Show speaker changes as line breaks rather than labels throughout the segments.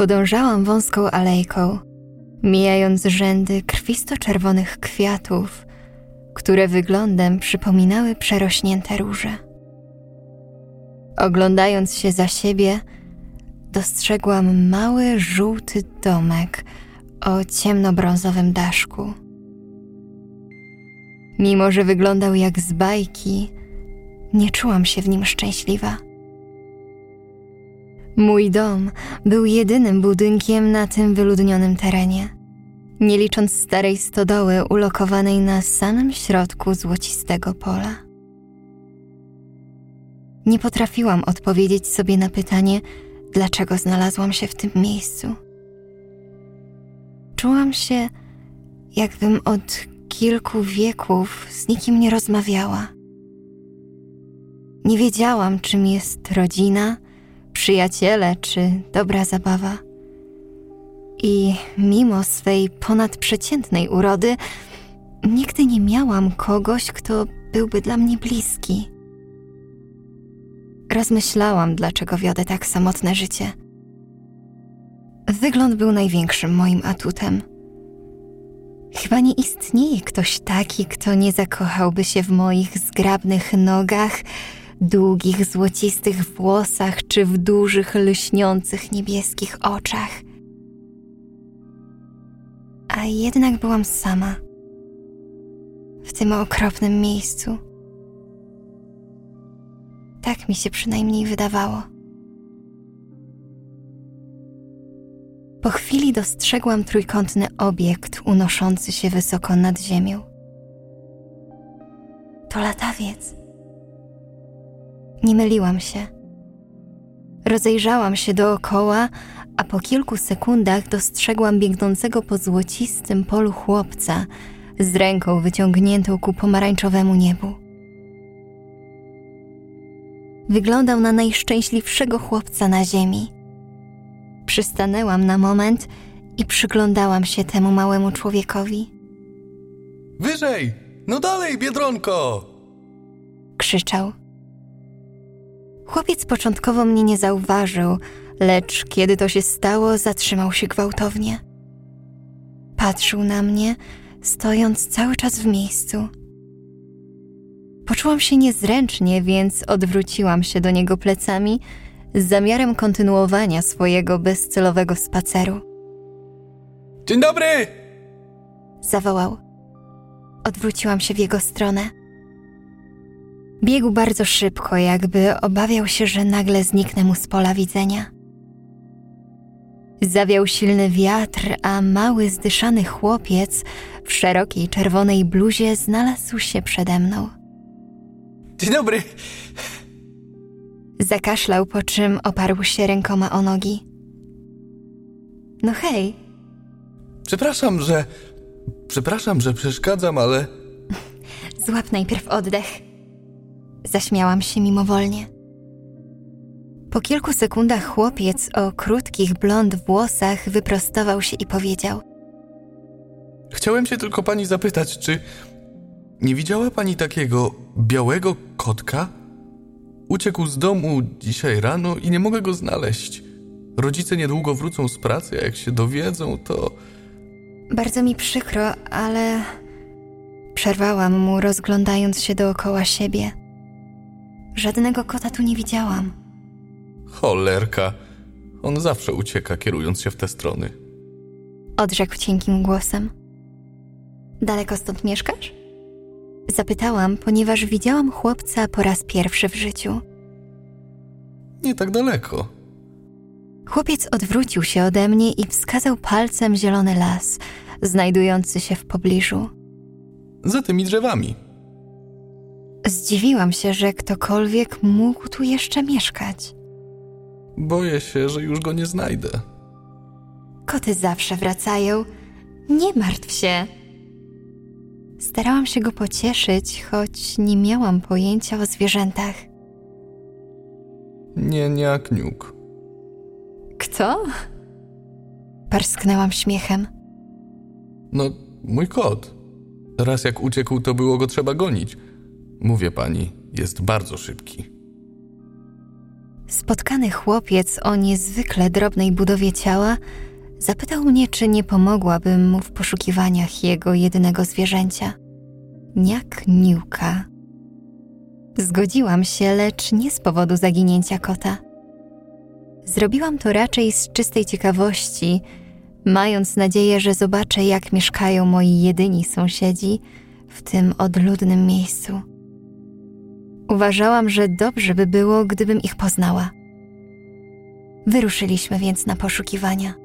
Podążałam wąską alejką, mijając rzędy krwisto-czerwonych kwiatów, które wyglądem przypominały przerośnięte róże. Oglądając się za siebie, dostrzegłam mały, żółty domek o ciemnobrązowym daszku. Mimo że wyglądał jak z bajki, nie czułam się w nim szczęśliwa. Mój dom był jedynym budynkiem na tym wyludnionym terenie, nie licząc starej stodoły ulokowanej na samym środku złocistego pola. Nie potrafiłam odpowiedzieć sobie na pytanie, dlaczego znalazłam się w tym miejscu. Czułam się, jakbym od kilku wieków z nikim nie rozmawiała. Nie wiedziałam, czym jest rodzina, przyjaciele czy dobra zabawa. I mimo swej ponadprzeciętnej urody, nigdy nie miałam kogoś, kto byłby dla mnie bliski. Rozmyślałam, dlaczego wiodę tak samotne życie. Wygląd był największym moim atutem. Chyba nie istnieje ktoś taki, kto nie zakochałby się w moich zgrabnych nogach, długich, złocistych włosach czy w dużych, lśniących, niebieskich oczach. A jednak byłam sama. W tym okropnym miejscu. Tak mi się przynajmniej wydawało. Po chwili dostrzegłam trójkątny obiekt unoszący się wysoko nad ziemią. To latawiec. Nie myliłam się. Rozejrzałam się dookoła, a po kilku sekundach dostrzegłam biegnącego po złocistym polu chłopca z ręką wyciągniętą ku pomarańczowemu niebu. Wyglądał na najszczęśliwszego chłopca na ziemi. Przystanęłam na moment i przyglądałam się temu małemu człowiekowi.
Wyżej! No dalej, Biedronko!
Krzyczał. Chłopiec początkowo mnie nie zauważył, lecz kiedy to się stało, zatrzymał się gwałtownie. Patrzył na mnie, stojąc cały czas w miejscu. Poczułam się niezręcznie, więc odwróciłam się do niego plecami z zamiarem kontynuowania swojego bezcelowego spaceru.
Dzień dobry!
Zawołał. Odwróciłam się w jego stronę. Biegł bardzo szybko, jakby obawiał się, że nagle zniknę mu z pola widzenia. Zawiał silny wiatr, a mały, zdyszany chłopiec w szerokiej czerwonej bluzie znalazł się przede mną.
Dzień dobry!
Zakaszlał, po czym oparł się rękoma o nogi. No hej.
Przepraszam, że przeszkadzam, ale...
Złap najpierw oddech. Zaśmiałam się mimowolnie. Po kilku sekundach chłopiec o krótkich blond włosach wyprostował się i powiedział:
Chciałem się tylko pani zapytać, czy nie widziała pani takiego białego kotka? Uciekł z domu dzisiaj rano i nie mogę go znaleźć. Rodzice niedługo wrócą z pracy, a jak się dowiedzą, to...
Bardzo mi przykro, ale... Przerwałam mu, rozglądając się dookoła siebie. Żadnego kota tu nie widziałam.
Cholerka. On zawsze ucieka, kierując się w te strony.
Odrzekł cienkim głosem. Daleko stąd mieszkasz? Zapytałam, ponieważ widziałam chłopca po raz pierwszy w życiu.
Nie tak daleko.
Chłopiec odwrócił się ode mnie i wskazał palcem zielony las, znajdujący się w pobliżu.
Za tymi drzewami.
Zdziwiłam się, że ktokolwiek mógł tu jeszcze mieszkać.
Boję się, że już go nie znajdę.
Koty zawsze wracają. Nie martw się. Starałam się go pocieszyć, choć nie miałam pojęcia o zwierzętach.
Nie, Kniuk.
Kto? Parsknęłam śmiechem.
No, mój kot. Raz jak uciekł, to było go trzeba gonić. Mówię pani, jest bardzo szybki.
Spotkany chłopiec o niezwykle drobnej budowie ciała zapytał mnie, czy nie pomogłabym mu w poszukiwaniach jego jedynego zwierzęcia, Niuka. Zgodziłam się, lecz nie z powodu zaginięcia kota. Zrobiłam to raczej z czystej ciekawości, mając nadzieję, że zobaczę, jak mieszkają moi jedyni sąsiedzi w tym odludnym miejscu. Uważałam, że dobrze by było, gdybym ich poznała. Wyruszyliśmy więc na poszukiwania.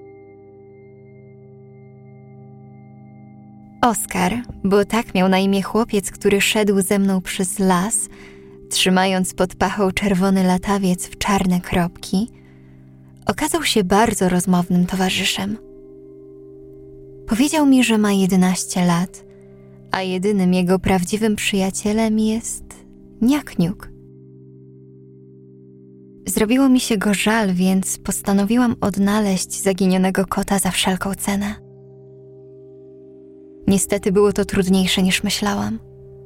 Oskar, bo tak miał na imię chłopiec, który szedł ze mną przez las, trzymając pod pachą czerwony latawiec w czarne kropki, okazał się bardzo rozmownym towarzyszem. Powiedział mi, że ma 11 lat, a jedynym jego prawdziwym przyjacielem jest Niuk. Zrobiło mi się go żal, więc postanowiłam odnaleźć zaginionego kota za wszelką cenę. Niestety było to trudniejsze niż myślałam.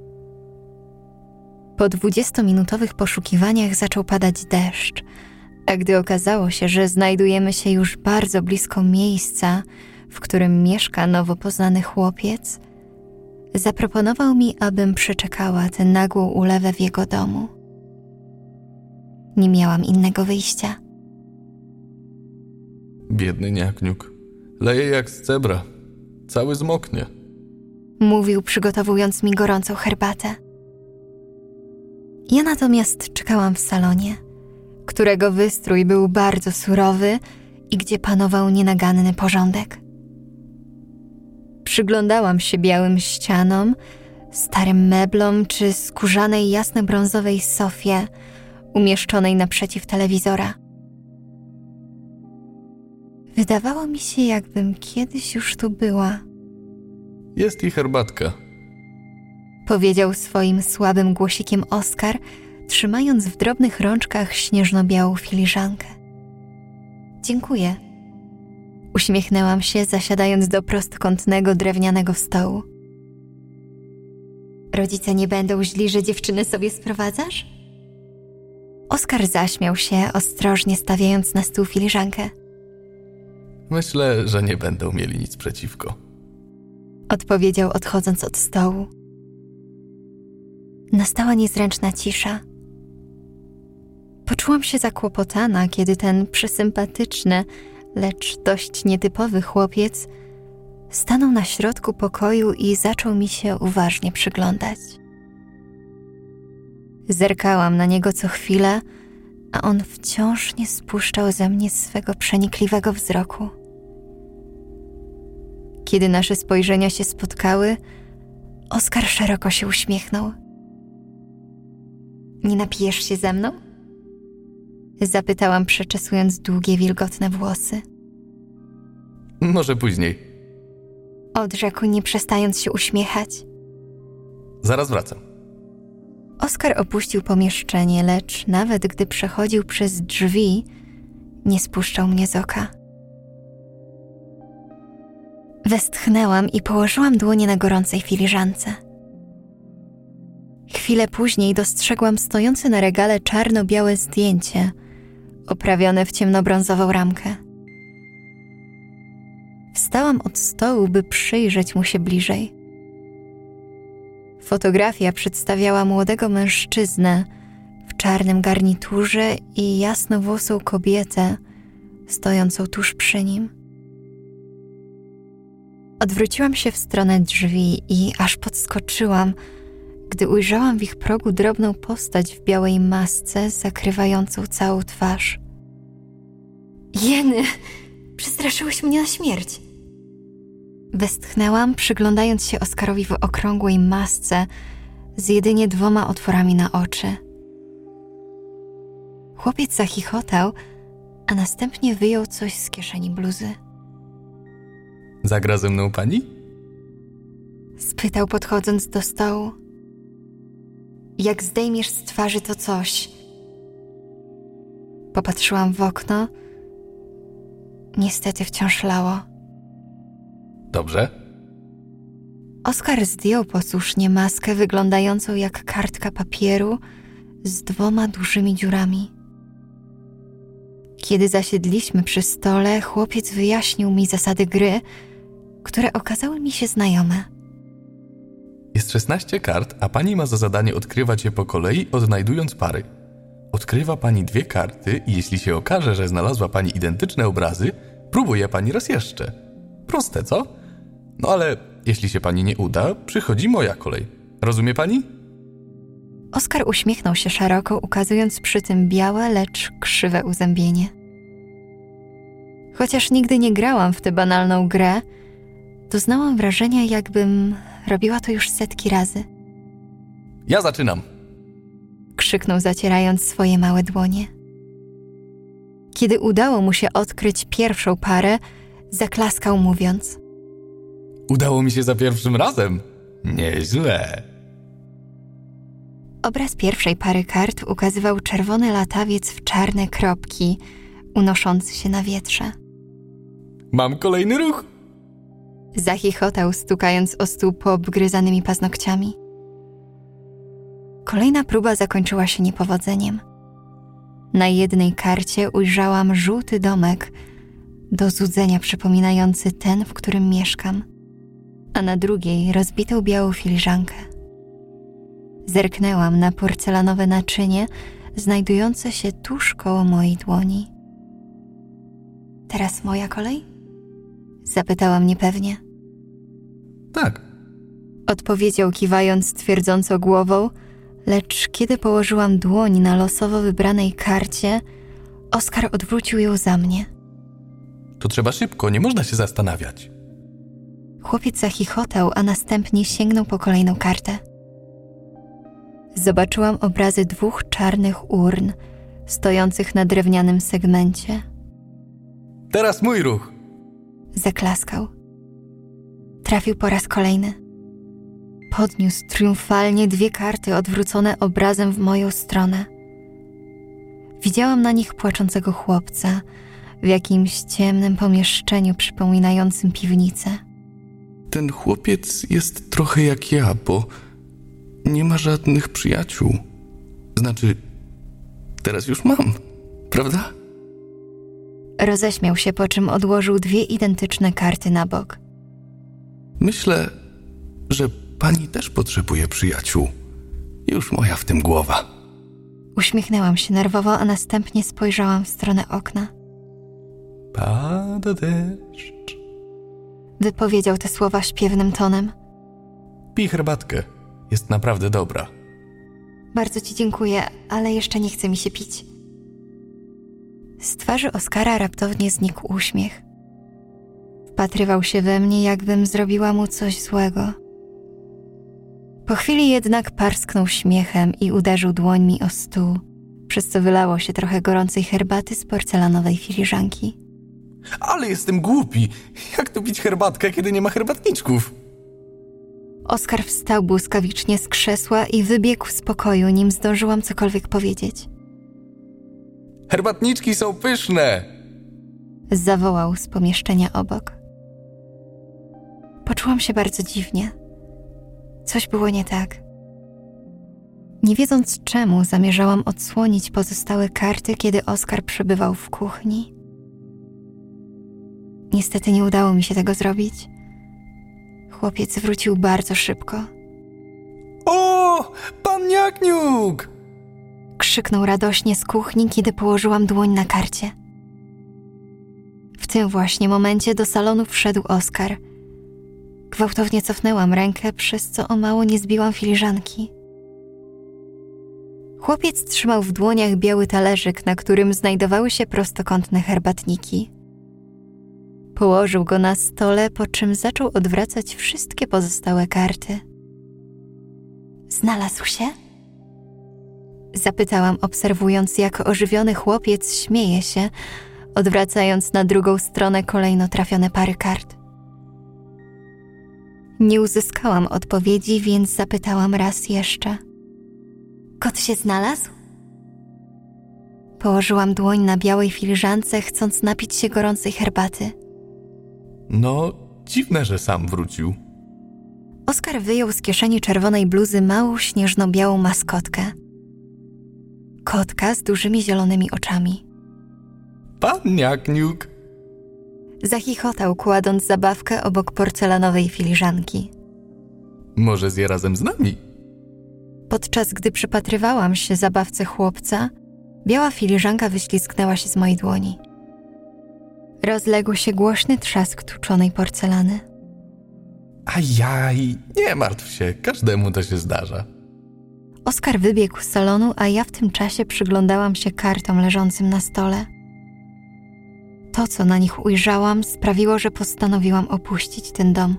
Po 20-minutowych poszukiwaniach zaczął padać deszcz, a gdy okazało się, że znajdujemy się już bardzo blisko miejsca, w którym mieszka nowo poznany chłopiec, zaproponował mi, abym przeczekała tę nagłą ulewę w jego domu. Nie miałam innego wyjścia.
Biedny Niuk. Leje jak z cebra. Cały zmoknie.
Mówił, przygotowując mi gorącą herbatę. Ja natomiast czekałam w salonie, którego wystrój był bardzo surowy i gdzie panował nienaganny porządek. Przyglądałam się białym ścianom, starym meblom czy skórzanej jasno-brązowej sofie umieszczonej naprzeciw telewizora. Wydawało mi się, jakbym kiedyś już tu była.
Jest i herbatka.
Powiedział swoim słabym głosikiem Oskar, trzymając w drobnych rączkach śnieżno-białą filiżankę. Dziękuję. Uśmiechnęłam się, zasiadając do prostkątnego drewnianego stołu. Rodzice nie będą źli, że dziewczynę sobie sprowadzasz? Oskar zaśmiał się, ostrożnie stawiając na stół filiżankę.
Myślę, że nie będą mieli nic przeciwko.
Odpowiedział, odchodząc od stołu. Nastała niezręczna cisza. Poczułam się zakłopotana, kiedy ten przesympatyczny, lecz dość nietypowy chłopiec stanął na środku pokoju i zaczął mi się uważnie przyglądać. Zerkałam na niego co chwilę, a on wciąż nie spuszczał ze mnie swego przenikliwego wzroku. Kiedy nasze spojrzenia się spotkały, Oskar szeroko się uśmiechnął. Nie napijesz się ze mną? Zapytałam, przeczesując długie, wilgotne włosy.
Może później.
Odrzekł, nie przestając się uśmiechać.
Zaraz wracam.
Oskar opuścił pomieszczenie, lecz nawet gdy przechodził przez drzwi, nie spuszczał mnie z oka. Westchnęłam i położyłam dłonie na gorącej filiżance. Chwilę później dostrzegłam stojące na regale czarno-białe zdjęcie, oprawione w ciemnobrązową ramkę. Wstałam od stołu, by przyjrzeć mu się bliżej. Fotografia przedstawiała młodego mężczyznę w czarnym garniturze i jasnowłosą kobietę stojącą tuż przy nim. Odwróciłam się w stronę drzwi i aż podskoczyłam, gdy ujrzałam w ich progu drobną postać w białej masce zakrywającą całą twarz. Jeny, przestraszyłeś mnie na śmierć. Westchnęłam, przyglądając się Oskarowi w okrągłej masce z jedynie 2 otworami na oczy. Chłopiec zachichotał, a następnie wyjął coś z kieszeni bluzy.
Zagra ze mną pani?
Spytał, podchodząc do stołu. Jak zdejmiesz z twarzy to coś. Popatrzyłam w okno. Niestety wciąż lało.
Dobrze.
Oskar zdjął posłusznie maskę wyglądającą jak kartka papieru z 2 dużymi dziurami. Kiedy zasiedliśmy przy stole, chłopiec wyjaśnił mi zasady gry, które okazały mi się znajome.
Jest 16 kart, a pani ma za zadanie odkrywać je po kolei, odnajdując pary. Odkrywa pani 2 karty i jeśli się okaże, że znalazła pani identyczne obrazy, próbuje pani raz jeszcze. Proste, co? No ale jeśli się pani nie uda, przychodzi moja kolej. Rozumie pani?
Oskar uśmiechnął się szeroko, ukazując przy tym białe, lecz krzywe uzębienie. Chociaż nigdy nie grałam w tę banalną grę, doznałam wrażenia, jakbym robiła to już setki razy.
Ja zaczynam!
Krzyknął, zacierając swoje małe dłonie. Kiedy udało mu się odkryć pierwszą parę, zaklaskał, mówiąc:
Udało mi się za pierwszym razem! Nieźle!
Obraz pierwszej pary kart ukazywał czerwony latawiec w czarne kropki, unoszący się na wietrze.
Mam kolejny ruch!
Zachichotał, stukając o stół poobgryzanymi paznokciami. Kolejna próba zakończyła się niepowodzeniem. Na jednej karcie ujrzałam żółty domek, do złudzenia przypominający ten, w którym mieszkam, a na drugiej rozbitą białą filiżankę. Zerknęłam na porcelanowe naczynie znajdujące się tuż koło mojej dłoni. Teraz moja kolej? Zapytałam niepewnie.
Tak.
Odpowiedział, kiwając twierdząco głową, lecz kiedy położyłam dłoń na losowo wybranej karcie, Oskar odwrócił ją za mnie.
To trzeba szybko, nie można się zastanawiać.
Chłopiec zachichotał, a następnie sięgnął po kolejną kartę. Zobaczyłam obrazy 2 czarnych urn, stojących na drewnianym segmencie.
Teraz mój ruch!
Zaklaskał. Trafił po raz kolejny. Podniósł triumfalnie 2 karty odwrócone obrazem w moją stronę. Widziałam na nich płaczącego chłopca w jakimś ciemnym pomieszczeniu przypominającym piwnicę.
Ten chłopiec jest trochę jak ja, bo nie ma żadnych przyjaciół. Znaczy, teraz już mam, prawda?
Roześmiał się, po czym odłożył 2 identyczne karty na bok.
Myślę, że pani też potrzebuje przyjaciół. Już moja w tym głowa.
Uśmiechnęłam się nerwowo, a następnie spojrzałam w stronę okna.
Pada deszcz.
Wypowiedział te słowa śpiewnym tonem.
Pij herbatkę. Jest naprawdę dobra.
Bardzo ci dziękuję, ale jeszcze nie chce mi się pić. Z twarzy Oskara raptownie znikł uśmiech. Wpatrywał się we mnie, jakbym zrobiła mu coś złego. Po chwili jednak parsknął śmiechem i uderzył dłońmi o stół, przez co wylało się trochę gorącej herbaty z porcelanowej filiżanki.
Ale jestem głupi! Jak tu pić herbatkę, kiedy nie ma herbatniczków?
Oskar wstał błyskawicznie z krzesła i wybiegł z pokoju, nim zdążyłam cokolwiek powiedzieć.
Herbatniczki są pyszne!
Zawołał z pomieszczenia obok. Poczułam się bardzo dziwnie. Coś było nie tak. Nie wiedząc czemu, zamierzałam odsłonić pozostałe karty, kiedy Oskar przebywał w kuchni. Niestety nie udało mi się tego zrobić. Chłopiec wrócił bardzo szybko.
O, pan Jakniuk!
Krzyknął radośnie z kuchni, kiedy położyłam dłoń na karcie. W tym właśnie momencie do salonu wszedł Oskar. Gwałtownie cofnęłam rękę, przez co o mało nie zbiłam filiżanki. Chłopiec trzymał w dłoniach biały talerzyk, na którym znajdowały się prostokątne herbatniki. Położył go na stole, po czym zaczął odwracać wszystkie pozostałe karty. Znalazł się? Zapytałam, obserwując, jak ożywiony chłopiec śmieje się, odwracając na drugą stronę kolejno trafione pary kart. Nie uzyskałam odpowiedzi, więc zapytałam raz jeszcze. Kot się znalazł? Położyłam dłoń na białej filiżance, chcąc napić się gorącej herbaty.
No, dziwne, że sam wrócił.
Oskar wyjął z kieszeni czerwonej bluzy małą śnieżno-białą maskotkę. Kotka z dużymi zielonymi oczami.
Pan Niakniuk.
Zachichotał, kładąc zabawkę obok porcelanowej filiżanki.
Może zje razem z nami?
Podczas gdy przypatrywałam się zabawce chłopca, biała filiżanka wyślizgnęła się z mojej dłoni. Rozległ się głośny trzask tłuczonej porcelany.
Ajaj, nie martw się, każdemu to się zdarza.
Oskar wybiegł z salonu, a ja w tym czasie przyglądałam się kartom leżącym na stole. To, co na nich ujrzałam, sprawiło, że postanowiłam opuścić ten dom.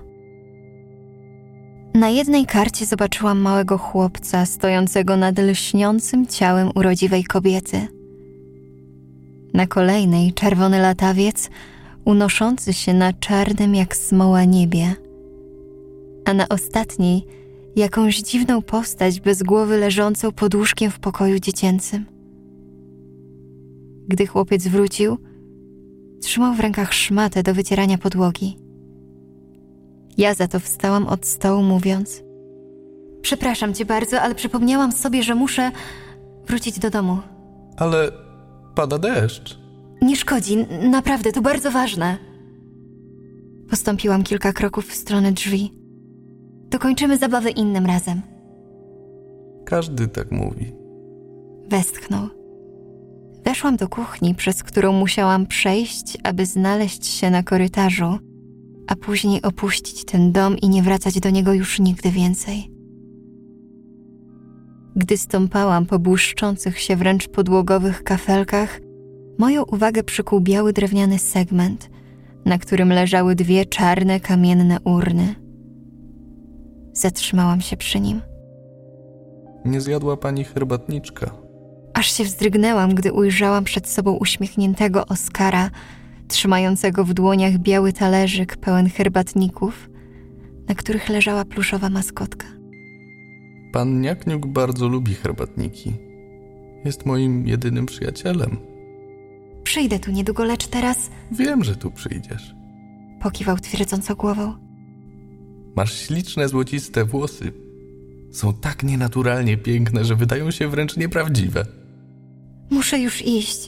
Na jednej karcie zobaczyłam małego chłopca stojącego nad lśniącym ciałem urodziwej kobiety. Na kolejnej czerwony latawiec unoszący się na czarnym jak smoła niebie, a na ostatniej jakąś dziwną postać bez głowy leżącą pod łóżkiem w pokoju dziecięcym. Gdy chłopiec wrócił, trzymał w rękach szmatę do wycierania podłogi. Ja za to wstałam od stołu, mówiąc: przepraszam cię bardzo, ale przypomniałam sobie, że muszę wrócić do domu.
Ale pada deszcz.
Nie szkodzi, naprawdę, to bardzo ważne. Postąpiłam kilka kroków w stronę drzwi. Dokończymy zabawę innym razem.
Każdy tak mówi.
Westchnął. Weszłam do kuchni, przez którą musiałam przejść, aby znaleźć się na korytarzu, a później opuścić ten dom i nie wracać do niego już nigdy więcej. Gdy stąpałam po błyszczących się wręcz podłogowych kafelkach, moją uwagę przykuł biały drewniany segment, na którym leżały 2 czarne kamienne urny. Zatrzymałam się przy nim.
Nie zjadła pani herbatniczka.
Aż się wzdrygnęłam, gdy ujrzałam przed sobą uśmiechniętego Oskara, trzymającego w dłoniach biały talerzyk pełen herbatników, na których leżała pluszowa maskotka.
Pan Niakniuk bardzo lubi herbatniki. Jest moim jedynym przyjacielem.
Przyjdę tu niedługo, lecz teraz...
Wiem, że tu przyjdziesz.
Pokiwał twierdząco głową.
Masz śliczne, złociste włosy. Są tak nienaturalnie piękne, że wydają się wręcz nieprawdziwe.
Muszę już iść.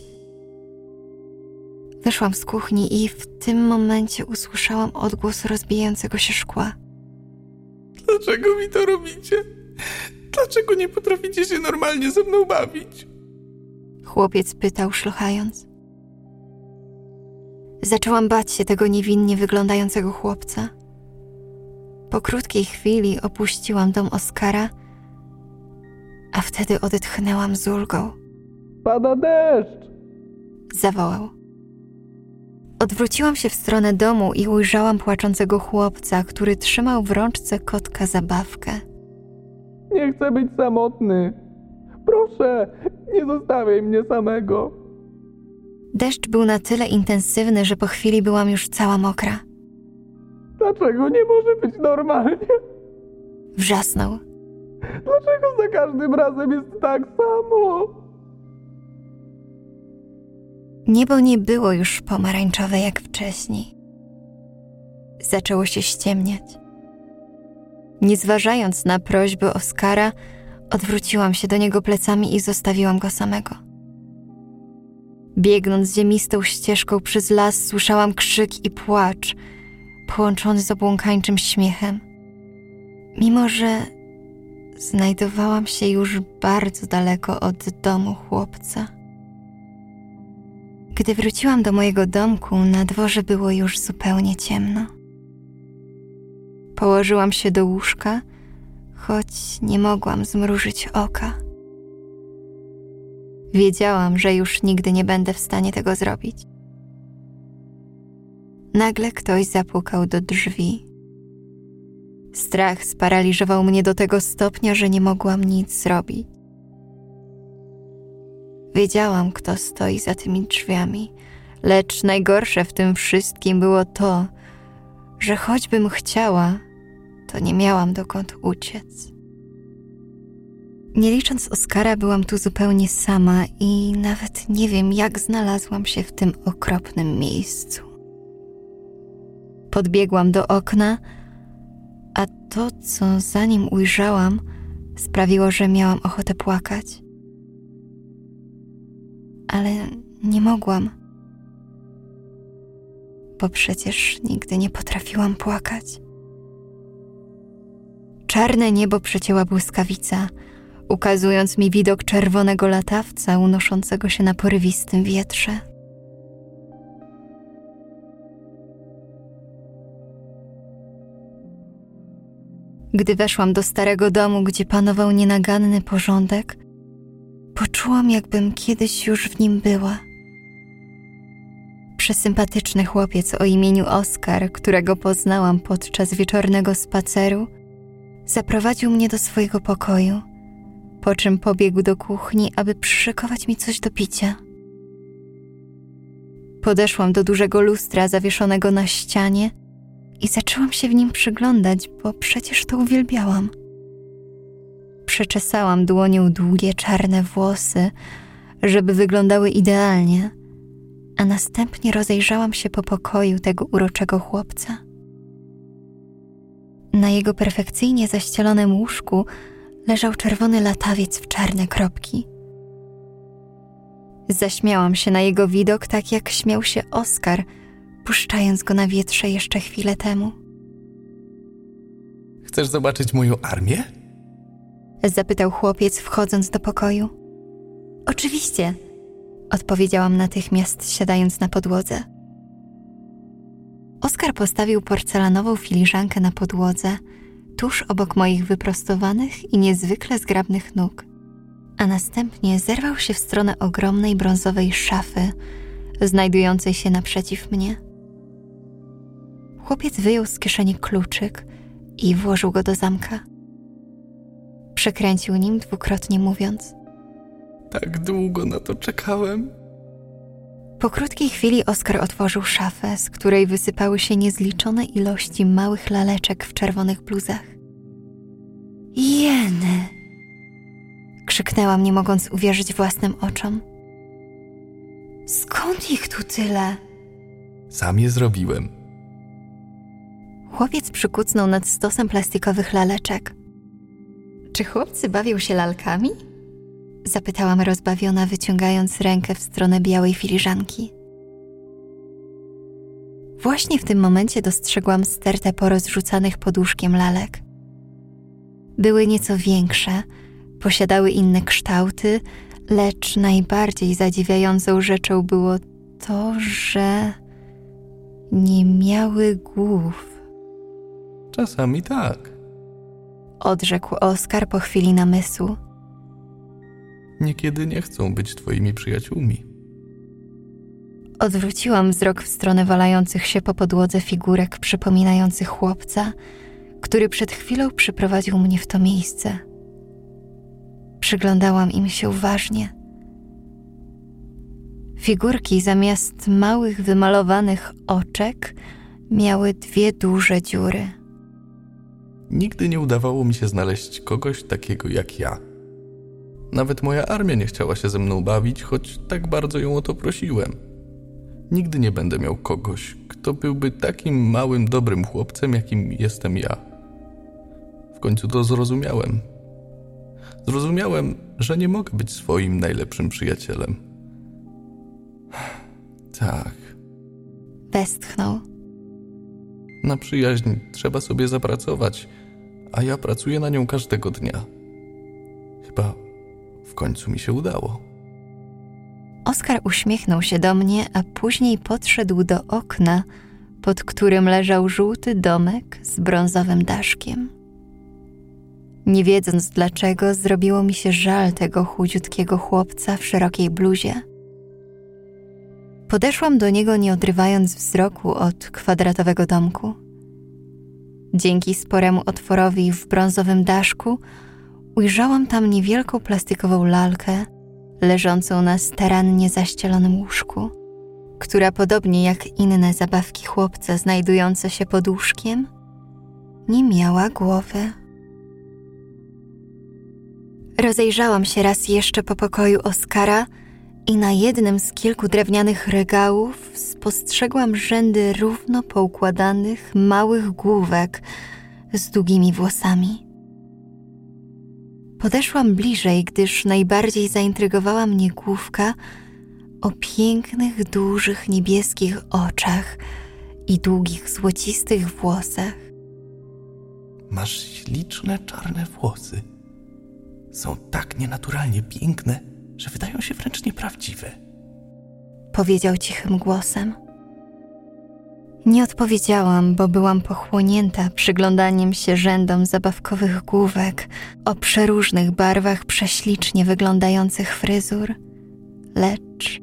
Wyszłam z kuchni i w tym momencie usłyszałam odgłos rozbijającego się szkła.
Dlaczego mi to robicie? Dlaczego nie potraficie się normalnie ze mną bawić?
Chłopiec pytał, szlochając. Zaczęłam bać się tego niewinnie wyglądającego chłopca. Po krótkiej chwili opuściłam dom Oskara, a wtedy odetchnęłam z ulgą.
Pada deszcz!
Zawołał. Odwróciłam się w stronę domu i ujrzałam płaczącego chłopca, który trzymał w rączce kotka zabawkę.
Nie chcę być samotny. Proszę, nie zostawiaj mnie samego.
Deszcz był na tyle intensywny, że po chwili byłam już cała mokra.
Dlaczego nie może być normalnie?
Wrzasnął.
Dlaczego za każdym razem jest tak samo?
Niebo nie było już pomarańczowe jak wcześniej. Zaczęło się ściemniać. Nie zważając na prośbę Oskara, odwróciłam się do niego plecami i zostawiłam go samego. Biegnąc ziemistą ścieżką przez las, słyszałam krzyk i płacz, połączony z obłąkańczym śmiechem. Mimo że znajdowałam się już bardzo daleko od domu chłopca. Gdy wróciłam do mojego domku, na dworze było już zupełnie ciemno. Położyłam się do łóżka, choć nie mogłam zmrużyć oka. Wiedziałam, że już nigdy nie będę w stanie tego zrobić. Nagle ktoś zapukał do drzwi. Strach sparaliżował mnie do tego stopnia, że nie mogłam nic zrobić. Wiedziałam, kto stoi za tymi drzwiami, lecz najgorsze w tym wszystkim było to, że choćbym chciała, to nie miałam dokąd uciec. Nie licząc Oskara, byłam tu zupełnie sama i nawet nie wiem, jak znalazłam się w tym okropnym miejscu. Podbiegłam do okna, a to, co za nim ujrzałam, sprawiło, że miałam ochotę płakać. Ale nie mogłam. bo przecież nigdy nie potrafiłam płakać. Czarne niebo przecięła błyskawica, ukazując mi widok czerwonego latawca unoszącego się na porywistym wietrze. Gdy weszłam do starego domu, gdzie panował nienaganny porządek, poczułam, jakbym kiedyś już w nim była. Przesympatyczny chłopiec o imieniu Oskar, którego poznałam podczas wieczornego spaceru, zaprowadził mnie do swojego pokoju, po czym pobiegł do kuchni, aby przyszykować mi coś do picia. Podeszłam do dużego lustra zawieszonego na ścianie i zaczęłam się w nim przyglądać, bo przecież to uwielbiałam. Przeczesałam dłonią długie czarne włosy, żeby wyglądały idealnie, a następnie rozejrzałam się po pokoju tego uroczego chłopca. Na jego perfekcyjnie zaścielonym łóżku leżał czerwony latawiec w czarne kropki. Zaśmiałam się na jego widok, tak jak śmiał się Oskar, puszczając go na wietrze jeszcze chwilę temu.
Chcesz zobaczyć moją armię?
Zapytał chłopiec, wchodząc do pokoju. Oczywiście, odpowiedziałam natychmiast, siadając na podłodze. Oskar postawił porcelanową filiżankę na podłodze, tuż obok moich wyprostowanych i niezwykle zgrabnych nóg, a następnie zerwał się w stronę ogromnej brązowej szafy, znajdującej się naprzeciw mnie. Chłopiec wyjął z kieszeni kluczyk i włożył go do zamka. Przekręcił nim dwukrotnie, mówiąc:
Tak długo na to czekałem.
Po krótkiej chwili Oskar otworzył szafę, z której wysypały się niezliczone ilości małych laleczek w czerwonych bluzach. Jeny! Krzyknęłam, nie mogąc uwierzyć własnym oczom. Skąd ich tu tyle?
Sam je zrobiłem.
Chłopiec przykucnął nad stosem plastikowych laleczek. Czy chłopcy bawią się lalkami? Zapytałam rozbawiona, wyciągając rękę w stronę białej filiżanki. Właśnie w tym momencie dostrzegłam stertę porozrzucanych pod łóżkiem lalek. Były nieco większe, posiadały inne kształty, lecz najbardziej zadziwiającą rzeczą było to, że nie miały głów.
Czasami tak.
Odrzekł Oskar po chwili namysłu.
Niekiedy nie chcą być twoimi przyjaciółmi.
Odwróciłam wzrok w stronę walających się po podłodze figurek przypominających chłopca, który przed chwilą przyprowadził mnie w to miejsce. Przyglądałam im się uważnie. Figurki zamiast małych, wymalowanych oczek miały 2 duże dziury.
Nigdy nie udawało mi się znaleźć kogoś takiego jak ja. Nawet moja armia nie chciała się ze mną bawić, choć tak bardzo ją o to prosiłem. Nigdy nie będę miał kogoś, kto byłby takim małym, dobrym chłopcem, jakim jestem ja. W końcu to zrozumiałem. Zrozumiałem, że nie mogę być swoim najlepszym przyjacielem. Tak.
Westchnął.
Na przyjaźń trzeba sobie zapracować, a ja pracuję na nią każdego dnia. Chyba w końcu mi się udało.
Oskar uśmiechnął się do mnie, a później podszedł do okna, pod którym leżał żółty domek z brązowym daszkiem. Nie wiedząc dlaczego, zrobiło mi się żal tego chudziutkiego chłopca w szerokiej bluzie. Podeszłam do niego, nie odrywając wzroku od kwadratowego domku. Dzięki sporemu otworowi w brązowym daszku ujrzałam tam niewielką plastikową lalkę leżącą na starannie zaścielonym łóżku, która podobnie jak inne zabawki chłopca znajdujące się pod łóżkiem, nie miała głowy. Rozejrzałam się raz jeszcze po pokoju Oskara i na jednym z kilku drewnianych regałów spostrzegłam rzędy równo poukładanych małych główek z długimi włosami. Podeszłam bliżej, gdyż najbardziej zaintrygowała mnie główka o pięknych, dużych, niebieskich oczach i długich, złocistych włosach.
Masz śliczne, czarne włosy. Są tak nienaturalnie piękne, że wydają się wręcz nieprawdziwe.
Powiedział cichym głosem. Nie odpowiedziałam, bo byłam pochłonięta przyglądaniem się rzędom zabawkowych główek o przeróżnych barwach prześlicznie wyglądających fryzur, lecz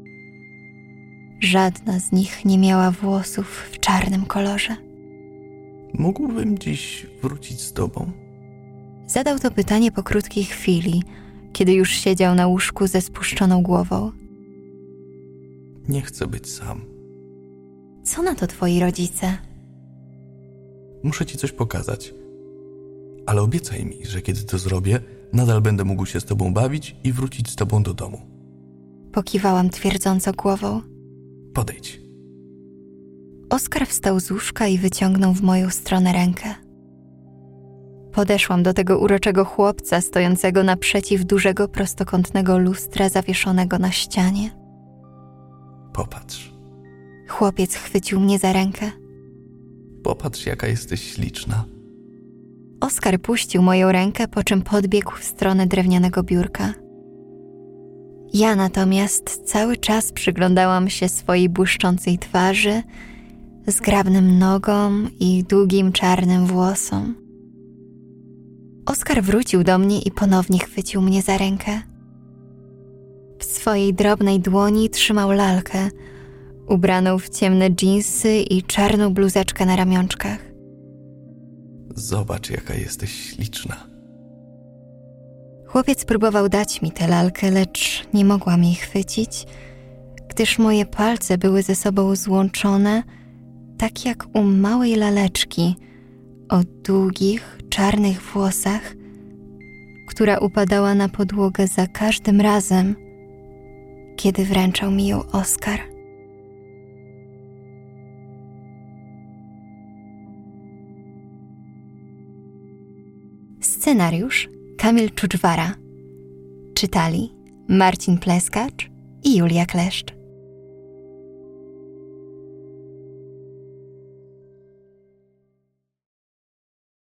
żadna z nich nie miała włosów w czarnym kolorze.
Mógłbym dziś wrócić z tobą?
Zadał to pytanie po krótkiej chwili, kiedy już siedział na łóżku ze spuszczoną głową.
Nie chcę być sam.
Co na to twoi rodzice?
Muszę ci coś pokazać. Ale obiecaj mi, że kiedy to zrobię, nadal będę mógł się z tobą bawić i wrócić z tobą do domu.
Pokiwałam twierdząco głową.
Podejdź.
Oskar wstał z łóżka i wyciągnął w moją stronę rękę. Podeszłam do tego uroczego chłopca stojącego naprzeciw dużego prostokątnego lustra zawieszonego na ścianie.
Popatrz.
Chłopiec chwycił mnie za rękę.
Popatrz, jaka jesteś śliczna.
Oskar puścił moją rękę, po czym podbiegł w stronę drewnianego biurka. Ja natomiast cały czas przyglądałam się swojej błyszczącej twarzy, zgrabnym nogom i długim czarnym włosom. Oskar wrócił do mnie i ponownie chwycił mnie za rękę. W swojej drobnej dłoni trzymał lalkę, ubraną w ciemne dżinsy i czarną bluzeczkę na ramionczkach.
Zobacz, jaka jesteś śliczna.
Chłopiec próbował dać mi tę lalkę, lecz nie mogłam jej chwycić, gdyż moje palce były ze sobą złączone, tak jak u małej laleczki o długich, czarnych włosach, która upadała na podłogę za każdym razem, kiedy wręczał mi ją Oskar. Scenariusz Kamil Czuczwara. Czytali Marcin Pleskacz i Julia Kleszcz.